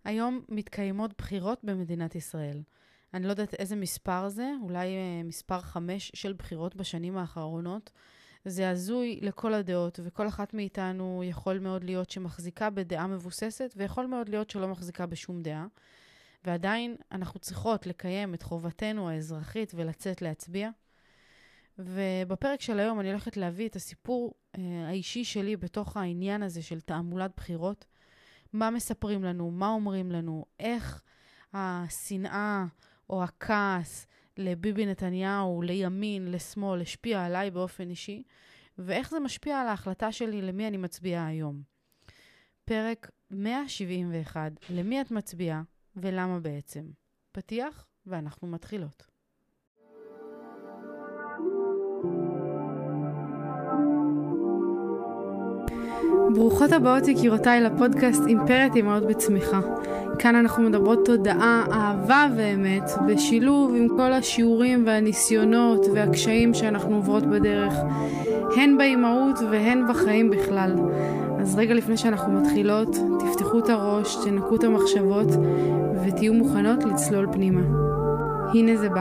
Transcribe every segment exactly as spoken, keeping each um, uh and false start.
היום מתקיימות בחירות במדינת ישראל. אני לא יודעת איזה מספר זה, אולי מספר חמש של בחירות בשנים האחרונות. זה הזוי לכל הדעות, וכל אחת מאיתנו יכול מאוד להיות שמחזיקה בדעה מבוססת, ויכול מאוד להיות שלא מחזיקה בשום דעה. ועדיין אנחנו צריכות לקיים את חובתנו האזרחית ולצאת להצביע. ובפרק של היום אני הולכת להביא את הסיפור אה, האישי שלי בתוך העניין הזה של תעמולת בחירות. מה מספרים לנו, מה אומרים לנו, איך השנאה או הכעס לביבי נתניהו, לימין, לשמאל, השפיע עליי באופן אישי, ואיך זה משפיע על ההחלטה שלי למי אני מצביעה היום. פרק מאה שבעים ואחת, למי את מצביעה ולמה בעצם. פתיח ואנחנו מתחילות. ברוכות הבאות יקירותיי לפודקאסט אימפרית אימהות בצמיחה. כאן אנחנו מדברות תודעה, אהבה ואמת, בשילוב עם כל השיעורים והניסיונות והקשיים שאנחנו עוברות בדרך, הן באימהות והן בחיים בכלל. אז רגע לפני שאנחנו מתחילות, תפתחו את הראש, תנקו את המחשבות ותהיו מוכנות לצלול פנימה. הנה זה בא.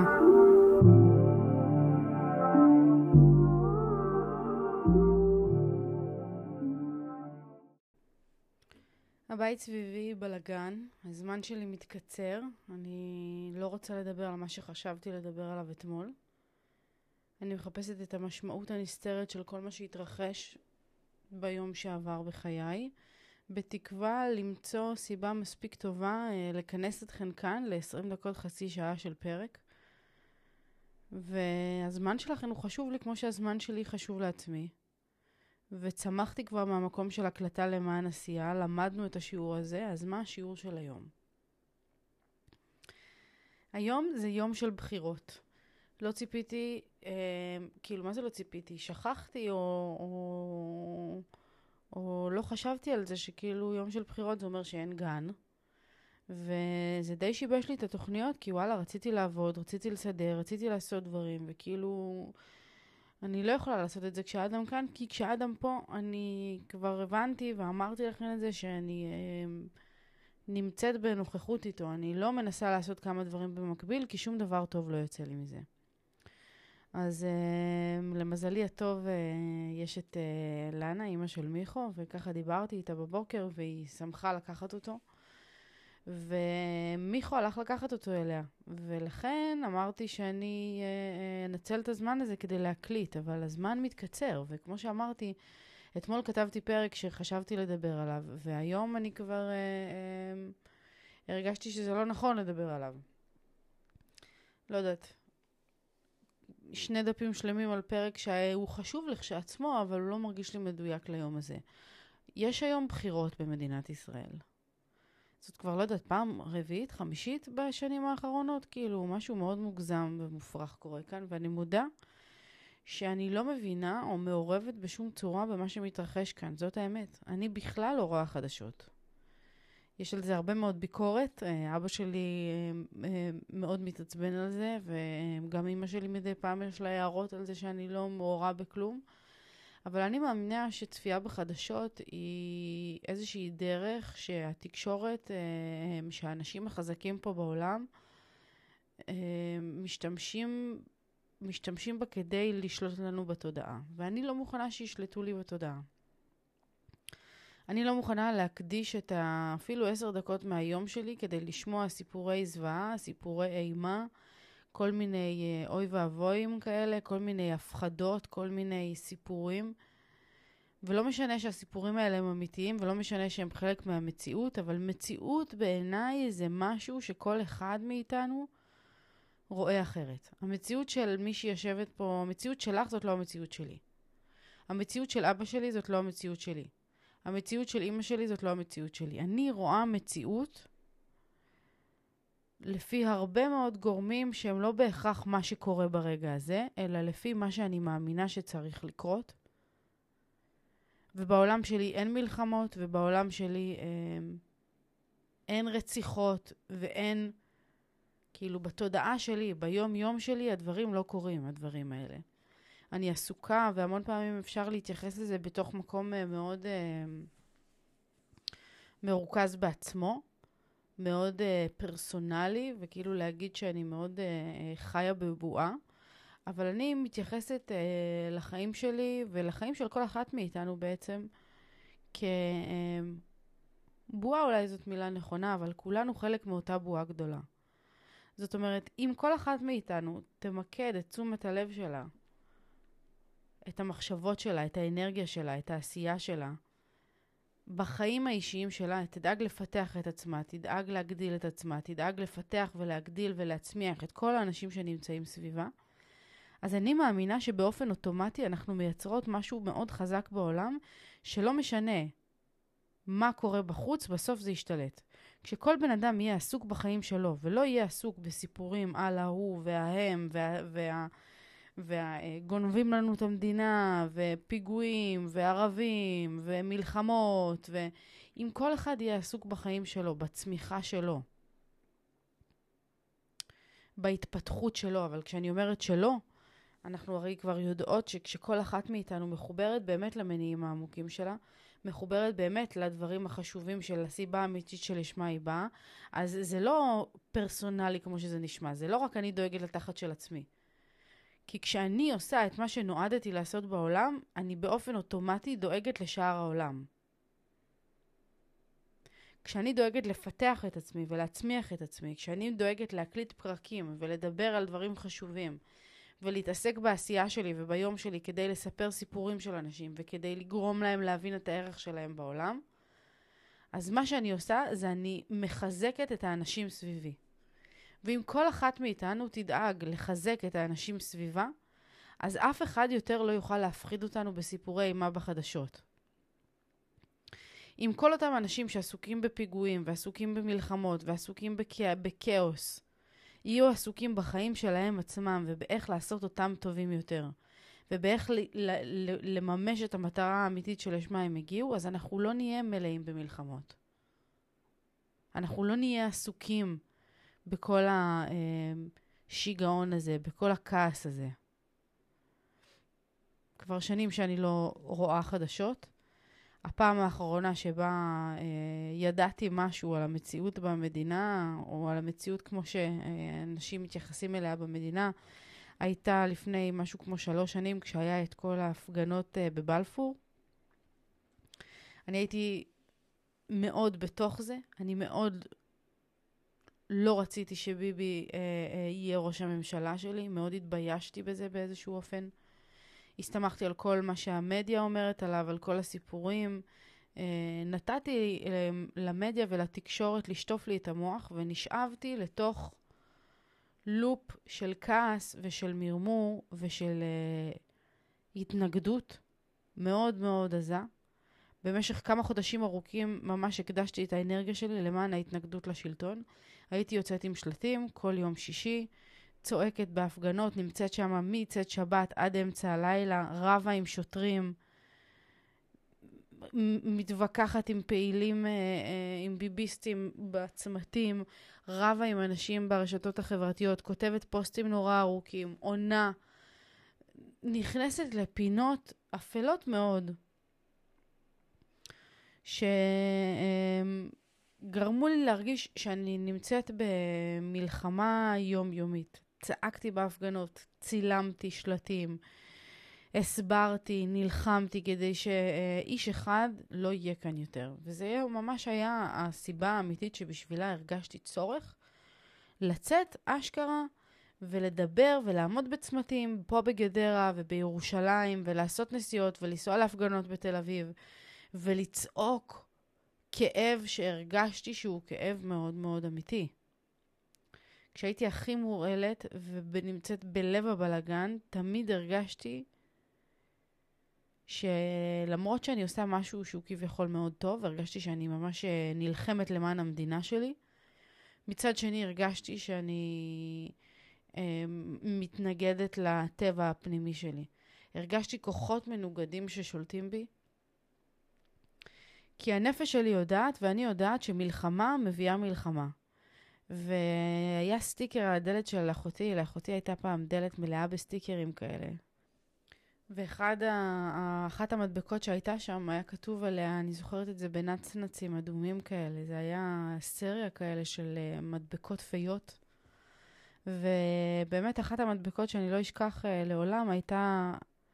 הבית סביבי בלגן, הזמן שלי מתקצר, אני לא רוצה לדבר על מה שחשבתי לדבר עליו אתמול. אני מחפשת את המשמעות הנסתרת של כל מה שהתרחש ביום שעבר בחיי, בתקווה למצוא סיבה מספיק טובה אה, לכנס אתכן כאן ל-עשרים דקות חצי שעה של פרק. והזמן שלכן הוא חשוב לי כמו שהזמן שלי חשוב לעצמי. וצמחתי כבר מהמקום של הקלטה למען עשייה, למדנו את השיעור הזה, אז מה השיעור של היום? היום זה יום של בחירות. לא ציפיתי, אה, כאילו מה זה לא ציפיתי? שכחתי או, או, או לא חשבתי על זה שכאילו יום של בחירות זה אומר שאין גן. וזה די שיבש לי את התוכניות, כי וואלה רציתי לעבוד, רציתי לסדר, רציתי לעשות דברים, וכאילו אני לא יכולה לעשות את זה כשאדם כאן, כי כשאדם פה אני כבר הבנתי ואמרתי לכם את זה שאני אה, נמצאת בנוכחות איתו. אני לא מנסה לעשות כמה דברים במקביל, כי שום דבר טוב לא יוצא לי מזה. אז אה, למזלי הטוב אה, יש את אה, לנה, אמא של מיכו, וככה דיברתי איתה בבוקר והיא שמחה לקחת אותו. ומיכו הלך לקחת אותו אליה, ולכן אמרתי שאני אנצל את הזמן הזה כדי להקליט, אבל הזמן מתקצר, וכמו שאמרתי, אתמול כתבתי פרק שחשבתי לדבר עליו, והיום אני כבר אה, אה, הרגשתי שזה לא נכון לדבר עליו. לא יודעת, שני דפים שלמים על פרק שהוא חשוב לכשעצמו, אבל הוא לא מרגיש לי מדויק ליום הזה. יש היום בחירות במדינת ישראל. זאת כבר לא יודעת, פעם רביעית, חמישית בשנים האחרונות, כאילו משהו מאוד מוגזם ומופרך קורה כאן, ואני מודה שאני לא מבינה או מעורבת בשום צורה במה שמתרחש כאן, זאת האמת. אני בכלל לא רואה חדשות. יש על זה הרבה מאוד ביקורת, אבא שלי מאוד מתעצבן על זה, וגם אמא שלי מדי פעם יש לה הערות על זה שאני לא מעורה בכלום. אבל אני מאמינה שצפייה בחדשות היא איזושהי דרך שהתקשורת, שהאנשים החזקים פה בעולם, משתמשים, משתמשים בה כדי לשלוט לנו בתודעה. ואני לא מוכנה שישלטו לי בתודעה. אני לא מוכנה להקדיש את אפילו עשר דקות מהיום שלי כדי לשמוע סיפורי זוועה, סיפורי אימה, כל מיני אוי ואבויים כאלה, כל מיני הפחדות, כל מיני סיפורים. ולא משנה שהסיפורים האלה הם אמיתיים, ולא משנה שהם חלק מהמציאות, אבל מציאות בעיניי זה משהו שכל אחד מאיתנו רואה אחרת. המציאות של מי שיושבת פה, המציאות שלך זאת לא המציאות שלי. המציאות של אבא שלי זאת לא המציאות שלי. המציאות של אמא שלי זאת לא המציאות שלי. אני רואה מציאות לפי הרבה מאוד גורמים שהם לא בהכרח מה שקורה ברגע הזה, אלא לפי מה שאני מאמינה שצריך לקרות. ובעולם שלי אין מלחמות, ובעולם שלי אה, אין רציחות, ואין, כאילו בתודעה שלי, ביום יום שלי, הדברים לא קורים, הדברים האלה. אני עסוקה, והמון פעמים אפשר להתייחס לזה בתוך מקום אה, מאוד אה, מרוכז בעצמו, מאוד uh, פרסונלי, וכאילו להגיד שאני מאוד uh, חיה בבועה, אבל אני מתייחסת uh, לחיים שלי ולחיים של כל אחת מאיתנו בעצם, כבועה, אולי זאת מילה נכונה, אבל כולנו חלק מאותה בועה גדולה. זאת אומרת, אם כל אחת מאיתנו תמקד את תשומת הלב שלה, את המחשבות שלה, את האנרגיה שלה, את העשייה שלה, בחיים האישיים שלה, תדאג לפתח את עצמה, תדאג להגדיל את עצמה, תדאג לפתח ולהגדיל ולהצמיח את כל האנשים שנמצאים סביבה, אז אני מאמינה שבאופן אוטומטי אנחנו מייצרות משהו מאוד חזק בעולם, שלא משנה מה קורה בחוץ, בסוף זה ישתלט. כשכל בן אדם יהיה עסוק בחיים שלו, ולא יהיה עסוק בסיפורים על ההוא וההם, וה, וה, וגונבים לנו את המדינה, ופיגועים, וערבים, ומלחמות, ואם כל אחד יהיה עסוק בחיים שלו, בצמיחה שלו, בהתפתחות שלו, אבל כשאני אומרת שלו, אנחנו הרי כבר יודעות שכשכל אחת מאיתנו מחוברת באמת למניעים העמוקים שלה, מחוברת באמת לדברים החשובים של הסיבה האמיתית שלשמה היא באה, אז זה לא פרסונלי כמו שזה נשמע, זה לא רק אני דואגת לתחת של עצמי. כי כשאני עושה את מה שנועדתי לעשות בעולם, אני באופן אוטומטי דואגת לשאר העולם. כשאני דואגת לפתח את עצמי ולהצמיח את עצמי, כשאני דואגת להקליט פרקים ולדבר על דברים חשובים, ולהתעסק בעשייה שלי וביום שלי כדי לספר סיפורים של אנשים וכדי לגרום להם להבין את הערך שלהם בעולם, אז מה שאני עושה זה אני מחזקת את האנשים סביבי. ואם כל אחת מאיתנו תדאג לחזק את האנשים סביבה, אז אף אחד יותר לא יוכל להפחיד אותנו בסיפורי אימה בחדשות. אם כל אותם אנשים שעסוקים בפיגועים ועסוקים במלחמות ועסוקים בכא... בכאוס, יהיו עסוקים בחיים שלהם עצמם ובאיך לעשות אותם טובים יותר, ובאיך ל- ל- לממש את המטרה האמיתית שלשמה הם הגיעו, אז אנחנו לא נהיה מלאים במלחמות. אנחנו לא נהיה עסוקים בכל השיגעון הזה, בכל הכעס הזה. כבר שנים שאני לא רואה חדשות. הפעם האחרונה שבה אה, ידעתי משהו על המציאות במדינה, או על המציאות כמו שאנשים מתייחסים אליה במדינה, הייתה לפני משהו כמו שלוש שנים, כשהיה את כל ההפגנות אה, בבלפור. אני הייתי מאוד בתוך זה, אני מאוד לא רציתי שביבי אה, אה, יהיה ראש הממשלה שלי, מאוד התביישתי בזה באיזשהו אופן. הסתמכתי על כל מה שהמדיה אומרת עליו, על כל הסיפורים. אה, נתתי אה, למדיה ולתקשורת לשטוף לי את המוח, ונשאבתי לתוך לופ של כעס ושל מרמור ושל אה, התנגדות מאוד מאוד עזה. במשך כמה חודשים ארוכים ממש הקדשתי את האנרגיה שלי למען ההתנגדות לשלטון. הייתי יוצאת עם שלטים כל יום שישי, צועקת בהפגנות, נמצאת שם מצאת שבת עד אמצע הלילה, רבה עם שוטרים, מתווכחת עם פעילים, עם ביביסטים בצמתים, רבה עם אנשים ברשתות החברתיות, כותבת פוסטים נורא ארוכים, עונה, נכנסת לפינות אפלות מאוד, שגרמו לי להרגיש שאני נמצאת במלחמה יומיומית. צעקתי בהפגנות, צילמתי שלטים, הסברתי, נלחמתי כדי שאיש אחד לא יהיה כאן יותר. וזה ממש היה הסיבה האמיתית שבשבילה הרגשתי צורך לצאת אשכרה ולדבר ולעמוד בצמתים פה בגדרה ובירושלים ולעשות נסיעות ולנסוע להפגנות בתל אביב ולצעוק כאב שהרגשתי שהוא כאב מאוד מאוד אמיתי. כשהייתי הכי מורעלת ונמצאת בלב הבלגן, תמיד הרגשתי שלמרות שאני עושה משהו שהוא כביכול מאוד טוב, הרגשתי שאני ממש נלחמת למען המדינה שלי. מצד שני הרגשתי שאני אה, מתנגדת לטבע הפנימי שלי. הרגשתי כוחות מנוגדים ששולטים בי. כי הנפש שלי יודעת ואני יודעת שמלחמה מביאה מלחמה. והיה סטיקר על הדלת של אחותי, לאחותי הייתה פעם דלת מלאה בסטיקרים כאלה. ואחד ה... אחת המדבקות שהייתה שם היה כתוב עליה, אני זוכרת את זה בנצנצים אדומים כאלה, זה היה סריה כאלה של uh, מדבקות פיות. ובאמת אחת המדבקות שאני לא אשכח uh, לעולם הייתה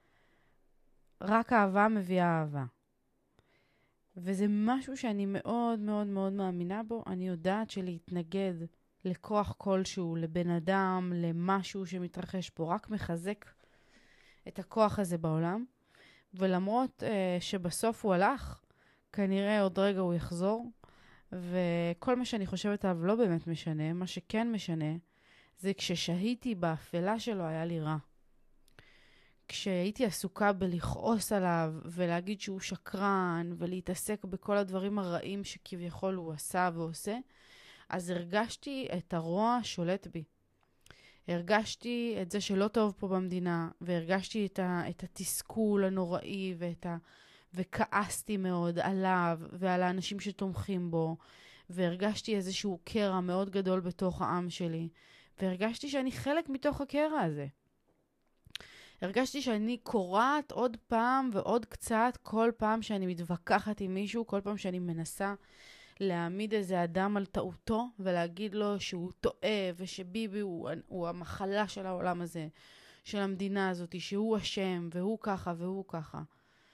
רק אהבה מביאה אהבה. וזה משהו שאני מאוד מאוד מאוד מאמינה בו. אני יודעת שלהתנגד לכוח כלשהו, לבן אדם, למשהו שמתרחש פה, רק מחזק את הכוח הזה בעולם. ולמרות uh, שבסוף הוא הלך, כנראה עוד רגע הוא יחזור. וכל מה שאני חושבת עליו לא באמת משנה. מה שכן משנה, זה כששהיתי באפלה שלו היה לי רע. כשהייתי עסוקה בלכעוס עליו ולהגיד שהוא שקרן ולהתעסק בכל הדברים הרעים שכביכול הוא עשה ועושה, אז הרגשתי את הרוע שולט בי. הרגשתי את זה שלא טוב פה במדינה, והרגשתי את, ה, את התסכול הנוראי, ואת ה, וכעסתי מאוד עליו ועל האנשים שתומכים בו, והרגשתי איזשהו קרע מאוד גדול בתוך העם שלי, והרגשתי שאני חלק מתוך הקרע הזה. הרגשתי שאני קוראת עוד פעם ועוד קצת כל פעם שאני מתווכחת עם מישהו, כל פעם שאני מנסה להעמיד איזה אדם על טעותו ולהגיד לו שהוא טועה ושביבי הוא, הוא המחלה של העולם הזה, של המדינה הזאת, שהוא אשם והוא ככה והוא ככה.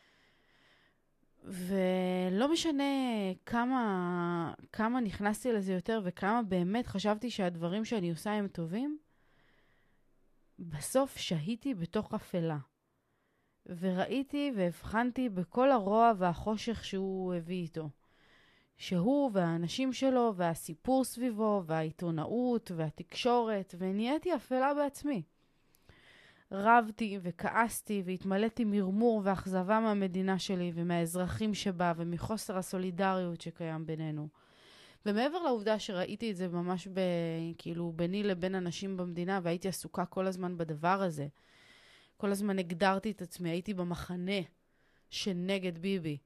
ולא משנה כמה, כמה נכנסתי לזה יותר וכמה באמת חשבתי שהדברים שאני עושה הם טובים, בסוף שהיתי בתוך אפלה. וראיתי והבחנתי בכל הרוע והחושך שהוא הביא איתו. שהוא והאנשים שלו והסיפור סביבו והעיתונאות והתקשורת, ונהייתי אפלה בעצמי. רבתי וכעסתי והתמלאתי מרמור ואכזבה מהמדינה שלי ומהאזרחים שבה ומחוסר הסולידריות שקיים בינינו. ומעבר לעובדה שראיתי את זה ממש ב, כאילו ביני לבין אנשים במדינה, והייתי עסוקה כל הזמן בדבר הזה. כל הזמן הגדרתי את עצמי, הייתי במחנה שנגד ביבי.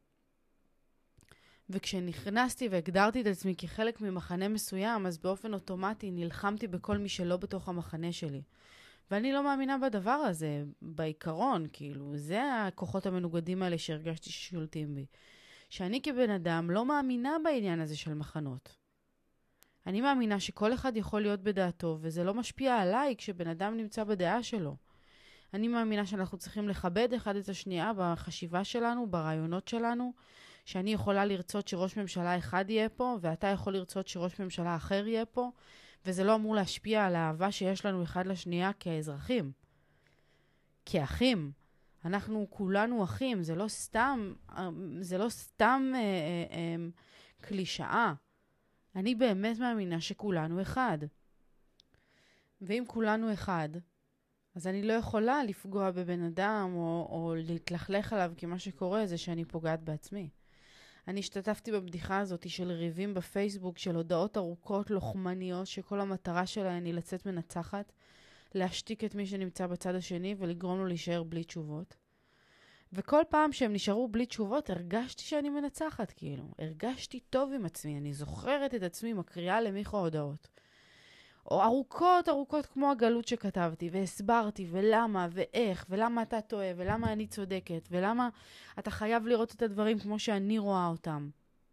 וכשנכנסתי והגדרתי את עצמי כחלק ממחנה מסוים, אז באופן אוטומטי נלחמתי בכל מי שלא בתוך המחנה שלי. ואני לא מאמינה בדבר הזה, בעיקרון, כאילו, זה הכוחות המנוגדים האלה שהרגשתי ששולטים בי. שאני כבן אדם לא מאמינה בעניין הזה של מחנות. אני מאמינה שכל אחד יכול להיות בדעתו, וזה לא משפיע עליי כשבן אדם נמצא בדעה שלו. אני מאמינה שאנחנו צריכים לכבד אחד את השנייה בחשיבה שלנו, ברעיונות שלנו, שאני יכולה לרצות שראש ממשלה אחד יהיה פה, ואתה יכול לרצות שראש ממשלה אחר יהיה פה, וזה לא אמור להשפיע על האהבה שיש לנו אחד לשנייה כאזרחים. כאחים. אנחנו כולנו אחים, זה לא סתם, זה לא סתם אה, אה, אה, קלישאה. אני באמת מאמינה שכולנו אחד. ואם כולנו אחד, אז אני לא יכולה לפגוע בבן אדם או, או להתלכלך עליו, כי מה שקורה זה שאני פוגעת בעצמי. אני השתתפתי בבדיחה הזאת של ריבים בפייסבוק, של הודעות ארוכות לוחמניות, שכל המטרה שלהן היא לצאת מנצחת, להשתיק את מי שנמצא בצד השני ולגרום לו להישאר בלי תשובות. וכל פעם שהם נשארו בלי תשובות, הרגשתי שאני מנצחת, כאילו. הרגשתי טוב עם עצמי. אני זוכרת את עצמי מקריאה למיכה הודעות. או ארוכות ארוכות כמו הגלות שכתבתי, והסברתי, ולמה, ואיך, ולמה אתה טועה, ולמה אני צודקת, ולמה אתה חייב לראות את הדברים כמו שאני רואה אותם.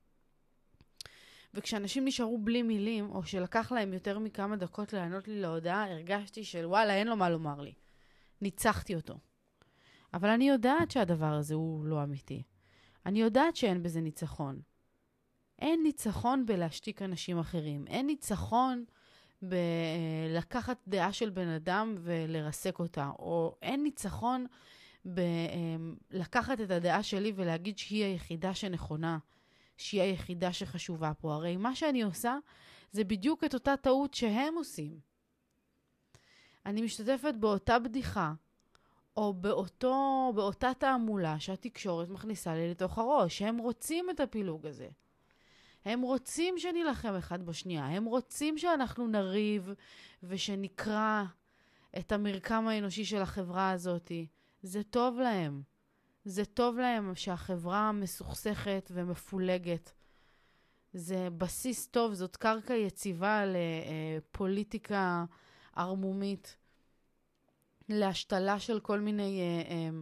וכשאנשים נשארו בלי מילים, או שלקח להם יותר מכמה דקות לענות לי להודעה, הרגשתי של וואלה, אין לו מה לומר לי. ניצחתי אותו. אבל אני יודעת שהדבר הזה הוא לא אמיתי. אני יודעת שאין בזה ניצחון. אין ניצחון בלהשתיק אנשים אחרים. אין ניצחון בלקחת דעה של בן אדם ולרסק אותה. או אין ניצחון בלקחת את הדעה שלי ולהגיד שהיא היחידה שנכונה. שהיא היחידה שחשובה פה. הרי מה שאני עושה זה בדיוק את אותה טעות שהם עושים. אני משתתפת באותה בדיחה, או באותו, באותה תעמולה שהתקשורת מכניסה לי לתוך הראש. הם רוצים את הפילוג הזה. הם רוצים שנלחם אחד בשנייה. הם רוצים שאנחנו נריב ושנקרא את המרקם האנושי של החברה הזאת. זה טוב להם. זה טוב להם שהחברה מסוכסכת ומפולגת. זה בסיס טוב, זאת קרקע יציבה לפוליטיקה ערמומית, להשתלה של כל מיני אה, אה,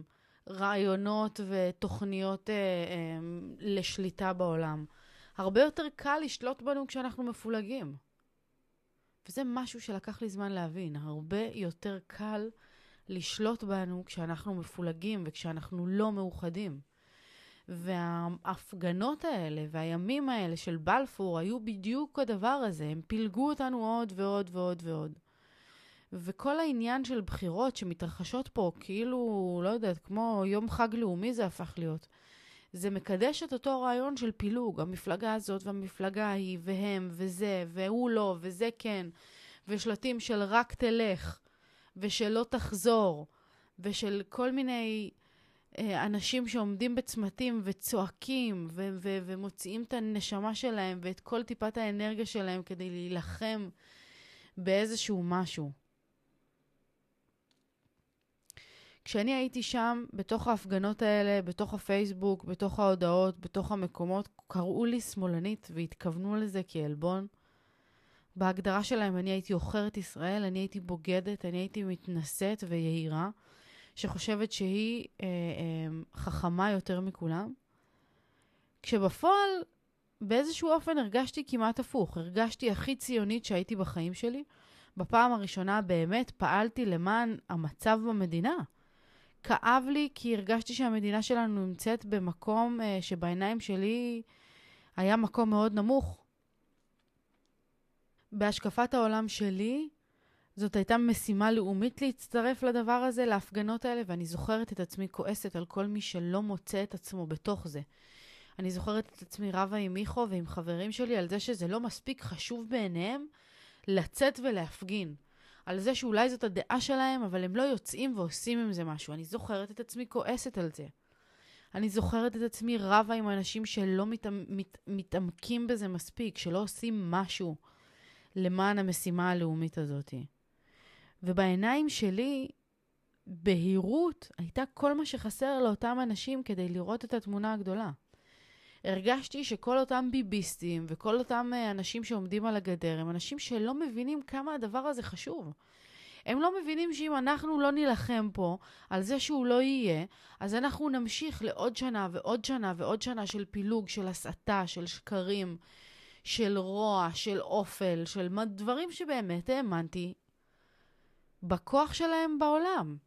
רעיונות ותוכניות אה, אה, לשליטה בעולם. הרבה יותר קל לשלוט בנו כשאנחנו מפולגים. וזה משהו שלקח לי זמן להבין. הרבה יותר קל לשלוט בנו כשאנחנו מפולגים וכשאנחנו לא מאוחדים. וההפגנות האלה והימים האלה של בלפור היו בדיוק הדבר הזה. הם פילגו אותנו עוד ועוד ועוד ועוד. וכל העניין של בחירות שמתרחשות פה, כאילו, לא יודעת, כמו יום חג לאומי זה הפך להיות. זה מקדש את אותו רעיון של פילוג, המפלגה הזאת והמפלגה היא, והם, וזה, והוא לא, וזה כן, ושלטים של רק תלך, ושלא תחזור, ושל כל מיני אה, אנשים שעומדים בצמתים וצועקים, ו- ו- ומוציאים את הנשמה שלהם, ואת כל טיפת האנרגיה שלהם כדי להילחם באיזשהו משהו. כשאני הייתי שם, בתוך ההפגנות האלה, בתוך הפייסבוק, בתוך ההודעות, בתוך המקומות, קראו לי שמאלנית והתכוונו לזה כעלבון. בהגדרה שלהם אני הייתי אוכרת ישראל, אני הייתי בוגדת, אני הייתי מתנשאת ויהירה, שחושבת שהיא אה, אה, חכמה יותר מכולם. כשבפועל, באיזשהו אופן הרגשתי כמעט הפוך. הרגשתי הכי ציונית שהייתי בחיים שלי. בפעם הראשונה באמת פעלתי למען המצב במדינה. כאב לי כי הרגשתי שהמדינה שלנו נמצאת במקום אה, שבעיניים שלי היה מקום מאוד נמוך. בהשקפת העולם שלי, זאת הייתה משימה לאומית להצטרף לדבר הזה, להפגנות האלה, ואני זוכרת את עצמי כועסת על כל מי שלא מוצא את עצמו בתוך זה. אני זוכרת את עצמי רבה עם מיכו ועם חברים שלי על זה שזה לא מספיק חשוב בעיניהם לצאת ולהפגין. על זה שאולי זאת הדעה שלהם, אבל הם לא יוצאים ועושים עם זה משהו. אני זוכרת את עצמי כועסת על זה. אני זוכרת את עצמי רבה עם אנשים שלא מת, מת, מתעמקים בזה מספיק, שלא עושים משהו למען המשימה הלאומית הזאת. ובעיניים שלי, בהירות הייתה כל מה שחסר לאותם אנשים כדי לראות את התמונה הגדולה. הרגשתי שכל אותם ביביסטים וכל אותם אנשים שעומדים על הגדר הם אנשים שלא מבינים כמה הדבר הזה חשוב. הם לא מבינים שאם אנחנו לא נילחם פה על זה שהוא לא יהיה, אז אנחנו נמשיך לעוד שנה ועוד שנה ועוד שנה של פילוג, של הסעתה, של שקרים, של רוע, של אופל, של דברים שבאמת האמנתי בכוח שלהם בעולם.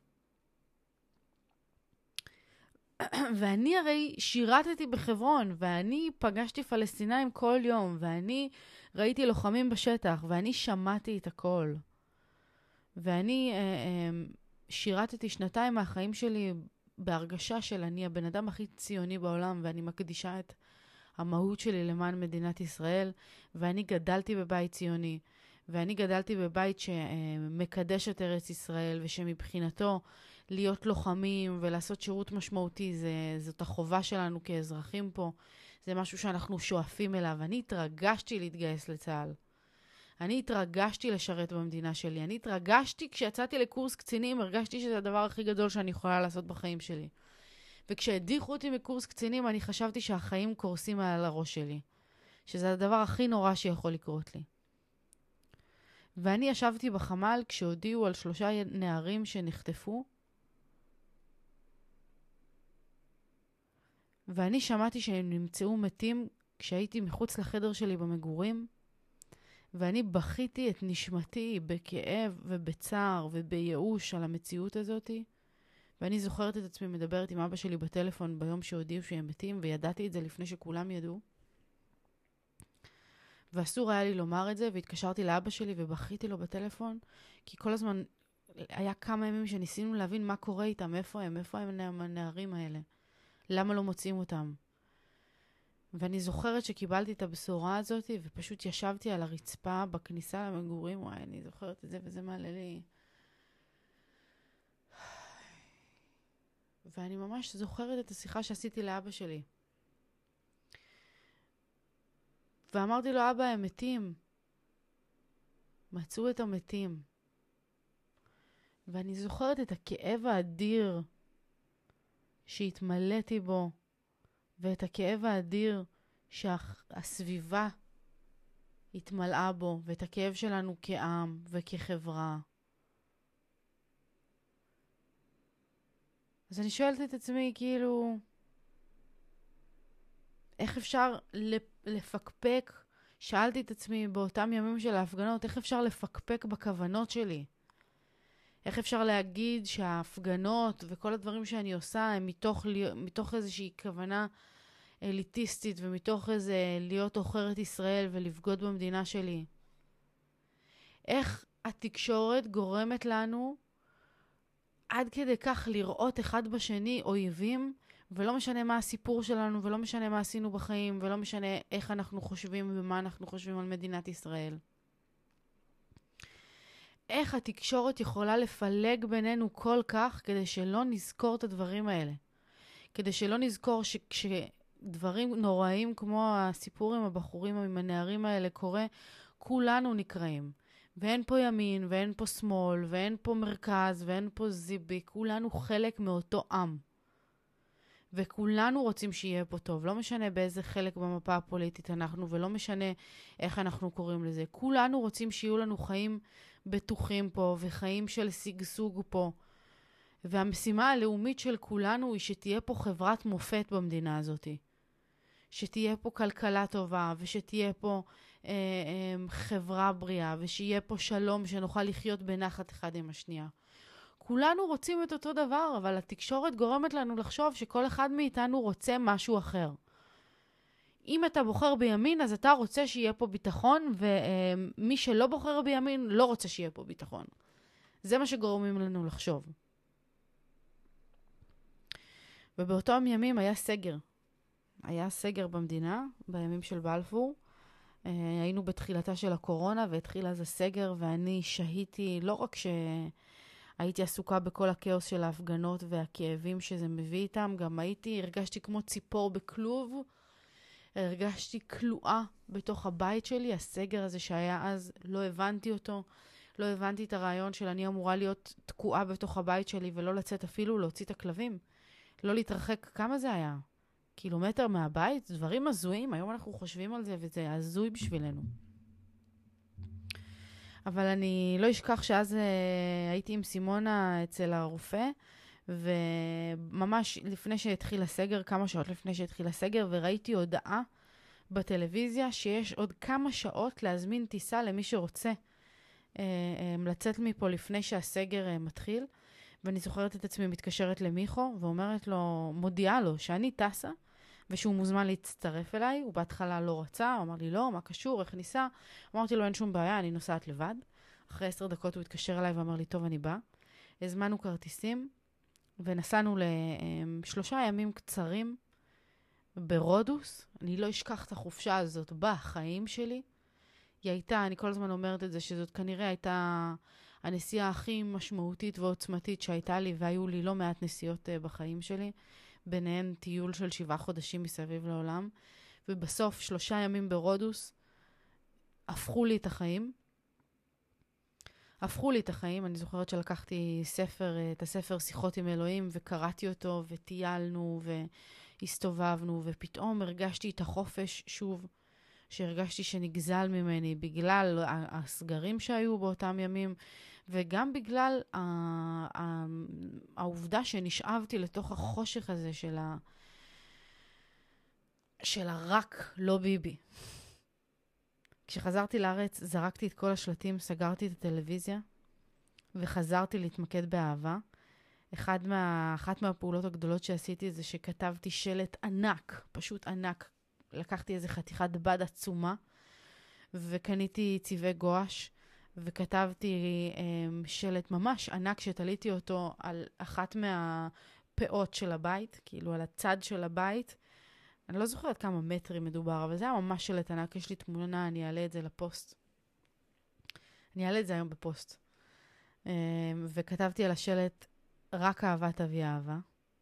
ואני הרי שירתתי בחברון, ואני פגשתי פלסטינאים כל יום, ואני ראיתי לוחמים בשטח, ואני שמעתי את הכל. ואני אה, אה, שירתתי שנתיים מהחיים שלי בהרגשה של אני הבן אדם הכי ציוני בעולם, ואני מקדישה את המהות שלי למען מדינת ישראל, ואני גדלתי בבית ציוני, ואני גדלתי בבית שמקדש את ארץ ישראל, ושמבחינתו להיות לוחמים ולעשות שירות משמעותי, זה, זאת החובה שלנו כאזרחים פה. זה משהו שאנחנו שואפים אליו. אני התרגשתי להתגייס לצה"ל. אני התרגשתי לשרת במדינה שלי. אני התרגשתי כשיצאתי לקורס קצינים, הרגשתי שזה הדבר הכי גדול שאני יכולה לעשות בחיים שלי. וכשהדיחו אותי מקורס קצינים, אני חשבתי שהחיים קורסים מעל הראש שלי. שזה הדבר הכי נורא שיכול לקרות לי. ואני ישבתי בחמ"ל כשהודיעו על שלושה נערים שנחטפו, ואני שמעתי שהם נמצאו מתים כשהייתי מחוץ לחדר שלי במגורים, ואני בכיתי את נשמתי בכאב ובצער ובייאוש על המציאות הזאת, ואני זוכרת את עצמי מדברת עם אבא שלי בטלפון ביום שהודיעו שהם מתים, וידעתי את זה לפני שכולם ידעו. ואסור היה לי לומר את זה, והתקשרתי לאבא שלי ובכיתי לו בטלפון, כי כל הזמן היה כמה ימים שניסינו להבין מה קורה איתם, איפה הם, איפה הם הנערים האלה. למה לא מוצאים אותם? ואני זוכרת שקיבלתי את הבשורה הזאת, ופשוט ישבתי על הרצפה בכניסה למגורים, וואי, אני זוכרת את זה, וזה מעלה לי. ואני ממש זוכרת את השיחה שעשיתי לאבא שלי. ואמרתי לו, אבא, הם מתים. מצאו את המתים. ואני זוכרת את הכאב האדיר שהתמלאתי בו, ואת הכאב האדיר שהסביבה התמלאה בו, ואת הכאב שלנו כעם וכחברה. אז אני שואלת את עצמי, כאילו, איך אפשר לפקפק, שאלתי את עצמי באותם ימים של ההפגנות, איך אפשר לפקפק בכוונות שלי? איך אפשר להגיד שההפגנות וכל הדברים שאני עושה הם מתוך, מתוך איזושהי כוונה אליטיסטית ומתוך איזה להיות אוכרת ישראל ולבגוד במדינה שלי? איך התקשורת גורמת לנו עד כדי כך לראות אחד בשני אויבים, ולא משנה מה הסיפור שלנו, ולא משנה מה עשינו בחיים, ולא משנה איך אנחנו חושבים ומה אנחנו חושבים על מדינת ישראל. איך התקשורת יכולה לפלג בינינו כל כך כדי שלא נזכור את הדברים האלה? כדי שלא נזכור שכשדברים נוראים כמו הסיפור עם הבחורים, עם הנערים האלה קורה, כולנו נקראים. ואין פה ימין, ואין פה שמאל, ואין פה מרכז, ואין פה זיבי. כולנו חלק מאותו עם. וכולנו רוצים שיהיה פה טוב. לא משנה באיזה חלק במפה הפוליטית אנחנו, ולא משנה איך אנחנו קוראים לזה. כולנו רוצים שיהיו לנו חיים בטוחים פה, וחיים של סגסוג פה. והמשימה הלאומית של כולנו היא שתהיה פה חברת מופת במדינה הזאת. שתהיה פה כלכלה טובה, ושתהיה פה אה, אה, חברה בריאה, ושיהיה פה שלום, שנוכל לחיות בנחת אחד עם השנייה. כולנו רוצים את אותו דבר, אבל התקשורת גורמת לנו לחשוב שכל אחד מאיתנו רוצה משהו אחר. אם אתה בוחר בימין, אז אתה רוצה שיהיה פה ביטחון, ומי שלא בוחר בימין לא רוצה שיהיה פה ביטחון. זה מה שגורמים לנו לחשוב. ובאותם ימים היה סגר. היה סגר במדינה, בימים של בלפור. היינו בתחילתה של הקורונה, והתחיל אז הסגר, ואני שהיתי, לא רק שהייתי עסוקה בכל הכאוס של ההפגנות והכאבים שזה מביא איתם, גם הייתי, הרגשתי כמו ציפור בכלוב, הרגשתי כלואה בתוך הבית שלי. הסגר הזה שהיה אז, לא הבנתי אותו, לא הבנתי את הרעיון של אני אמורה להיות תקועה בתוך הבית שלי, ולא לצאת אפילו להוציא את הכלבים, לא להתרחק. כמה זה היה? קילומטר מהבית? דברים הזויים. היום אנחנו חושבים על זה, וזה הזוי בשבילנו. אבל אני לא אשכח שאז הייתי עם סימונה אצל הרופא, וממש לפני שהתחיל הסגר, כמה שעות לפני שהתחיל הסגר, וראיתי הודעה בטלוויזיה שיש עוד כמה שעות להזמין טיסה למי שרוצה לצאת מפה לפני שהסגר מתחיל. ואני זוכרת את עצמי מתקשרת למיכו, ואומרת לו, מודיעה לו שאני טסה, ושהוא מוזמן להצטרף אליי. הוא בהתחלה לא רצה, הוא אמר לי, לא, מה קשור, איך ניסה? אמרתי לו, אין שום בעיה, אני נוסעת לבד. אחרי עשר דקות הוא התקשר אליי ואמר לי, טוב, אני בא. הזמנו כרטיסים, ונסענו לשלושה ימים קצרים ברודוס. אני לא אשכח את החופשה הזאת בחיים שלי. היא הייתה, אני כל הזמן אומרת את זה, שזאת כנראה הייתה הנסיעה הכי משמעותית ועוצמתית שהייתה לי, והיו לי לא מעט נסיעות uh, בחיים שלי, ביניהן טיול של שבעה חודשים מסביב לעולם, ובסוף שלושה ימים ברודוס הפכו לי את החיים. הפכו לי את החיים. אני זוכרת שלקחתי ספר, את הספר שיחות עם אלוהים, וקראתי אותו, וטיילנו, והסתובבנו, ופתאום הרגשתי את החופש שוב, שהרגשתי שנגזל ממני בגלל הסגרים שהיו באותם ימים, וגם בגלל העובדה שנשאבתי לתוך החושך הזה של ה... של הרק לא ביבי. כשחזרתי לארץ, זרקתי את כל השלטים, סגרתי את הטלוויזיה, וחזרתי להתמקד באהבה. אחד מה, אחת מהפעולות הגדולות שעשיתי זה שכתבתי שלט ענק, פשוט ענק. לקחתי איזה חתיכת בד עצומה, וקניתי צבעי גואש, וכתבתי um, שלט ממש ענק שתליתי אותו על אחת מהפאות של הבית, כאילו על הצד של הבית. אני לא זוכרת כמה מטרים מדובר, אבל זה היה ממש שלט ענק. יש לי תמונה, אני אעלה את זה לפוסט. אני אעלה את זה היום בפוסט. Um, וכתבתי על השלט, רק אהבה תביא אהבה.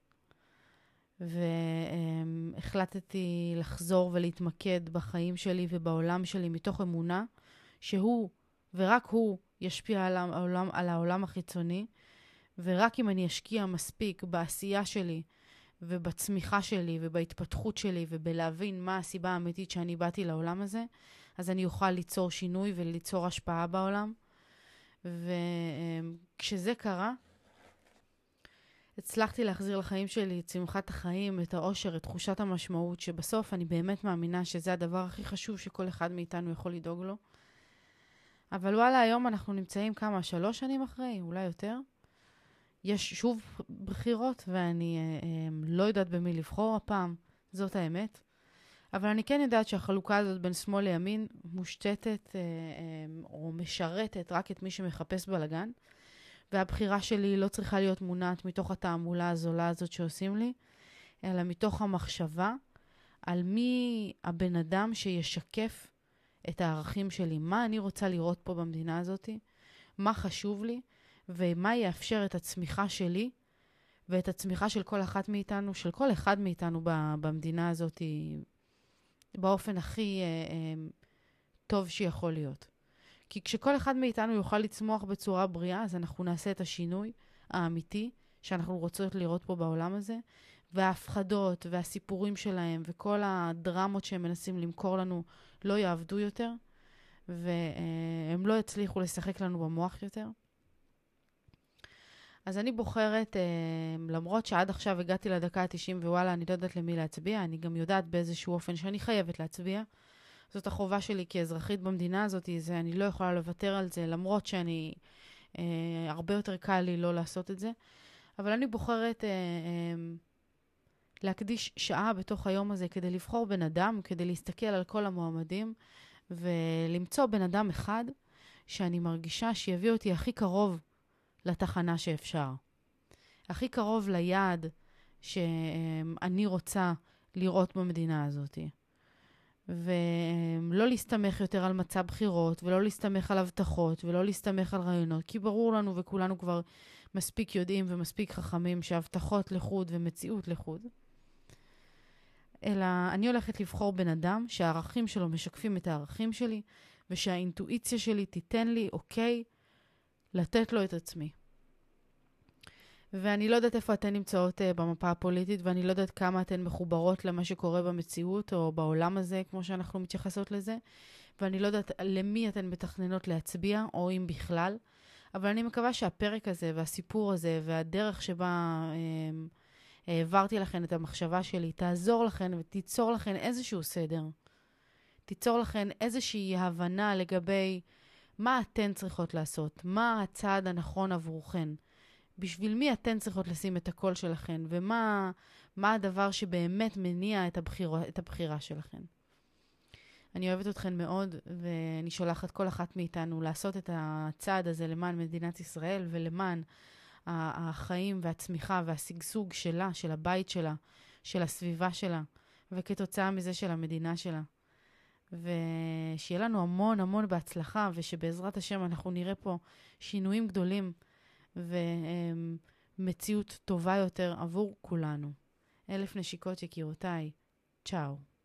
והחלטתי לחזור ולהתמקד בחיים שלי ובעולם שלי מתוך אמונה שהוא ורק הוא ישפיע על העולם, על העולם החיצוני, ורק אם אני אשקיע מספיק בעשייה שלי ובצמיחה שלי ובהתפתחות שלי ובלהבין מה הסיבה האמיתית שאני באתי לעולם הזה, אז אני אוכל ליצור שינוי וליצור השפעה בעולם. וכשזה קרה, הצלחתי להחזיר לחיים שלי את שמחת החיים, את האושר, את תחושת המשמעות, שבסוף אני באמת מאמינה שזה הדבר הכי חשוב שכל אחד מאיתנו יכול לדאוג לו. אבל וואלה, היום אנחנו נמצאים כמה, שלוש שנים אחרי, אולי יותר. יש שוב בחירות, ואני אה, אה, לא יודעת במי לבחור הפעם, זאת האמת. אבל אני כן יודעת שהחלוקה הזאת בין שמאל לימין מושתתת אה, אה, או משרתת רק את מי שמחפש בלגן, והבחירה שלי לא צריכה להיות מונעת מתוך התעמולה הזולה הזאת שעושים לי, אלא מתוך המחשבה על מי הבן אדם שישקף את הערכים שלי, מה אני רוצה לראות פה במדינה הזאת, מה חשוב לי, ומה יאפשר את הצמיחה שלי, ואת הצמיחה של כל אחת מאיתנו, של כל אחד מאיתנו במדינה הזאת, באופן הכי אה, אה, טוב שיכול להיות. כי כשכל אחד מאיתנו יוכל לצמוח בצורה בריאה, אז אנחנו נעשה את השינוי האמיתי שאנחנו רוצות לראות פה בעולם הזה, וההפחדות והסיפורים שלהם וכל הדרמות שהם מנסים למכור לנו לא יעבדו יותר, והם לא יצליחו לשחק לנו במוח יותר. אז אני בוחרת, למרות שעד עכשיו הגעתי לדקה ה-תשעים ווואלה, אני לא יודעת למי להצביע, אני גם יודעת באיזשהו אופן שאני חייבת להצביע, זאת החובה שלי כאזרחית במדינה הזאת, זה, אני לא יכולה לוותר על זה, למרות שאני, אה, הרבה יותר קל לי לא לעשות את זה. אבל אני בוחרת אה, אה, להקדיש שעה בתוך היום הזה כדי לבחור בן אדם, כדי להסתכל על כל המועמדים, ולמצוא בן אדם אחד שאני מרגישה שיביא אותי הכי קרוב לתחנה שאפשר. הכי קרוב ליעד שאני רוצה לראות במדינה הזאת. ולא להסתמך יותר על מצע בחירות, ולא להסתמך על הבטחות, ולא להסתמך על רעיונות, כי ברור לנו וכולנו כבר מספיק יודעים ומספיק חכמים שהבטחות לחוד ומציאות לחוד. אלא אני הולכת לבחור בן אדם שהערכים שלו משקפים את הערכים שלי, ושהאינטואיציה שלי תיתן לי אוקיי לתת לו את עצמי. ואני לא יודעת איפה אתן נמצאות uh, במפה הפוליטית, ואני לא יודעת כמה אתן מחוברות למה שקורה במציאות או בעולם הזה, כמו שאנחנו מתייחסות לזה, ואני לא יודעת למי אתן מתכננות להצביע, או אם בכלל, אבל אני מקווה שהפרק הזה והסיפור הזה והדרך שבה אה, העברתי לכן את המחשבה שלי, תעזור לכן ותיצור לכן איזשהו סדר. תיצור לכן איזושהי הבנה לגבי מה אתן צריכות לעשות, מה הצעד הנכון עבורכן. בשביל מי אתן צריכות לשים את הקול שלכן, ומה מה הדבר שבאמת מניע את הבחירה, את הבחירה שלכן. אני אוהבת אתכן מאוד, ואני שולחת כל אחת מאיתנו לעשות את הצעד הזה למען מדינת ישראל, ולמען החיים והצמיחה והשגשוג שלה, של הבית שלה, של הסביבה שלה, וכתוצאה מזה של המדינה שלה. ושיהיה לנו המון המון בהצלחה, ושבעזרת השם אנחנו נראה פה שינויים גדולים, ומציאות טובה יותר עבור כולנו. אלף נשיקות יקירותיי. צ'או.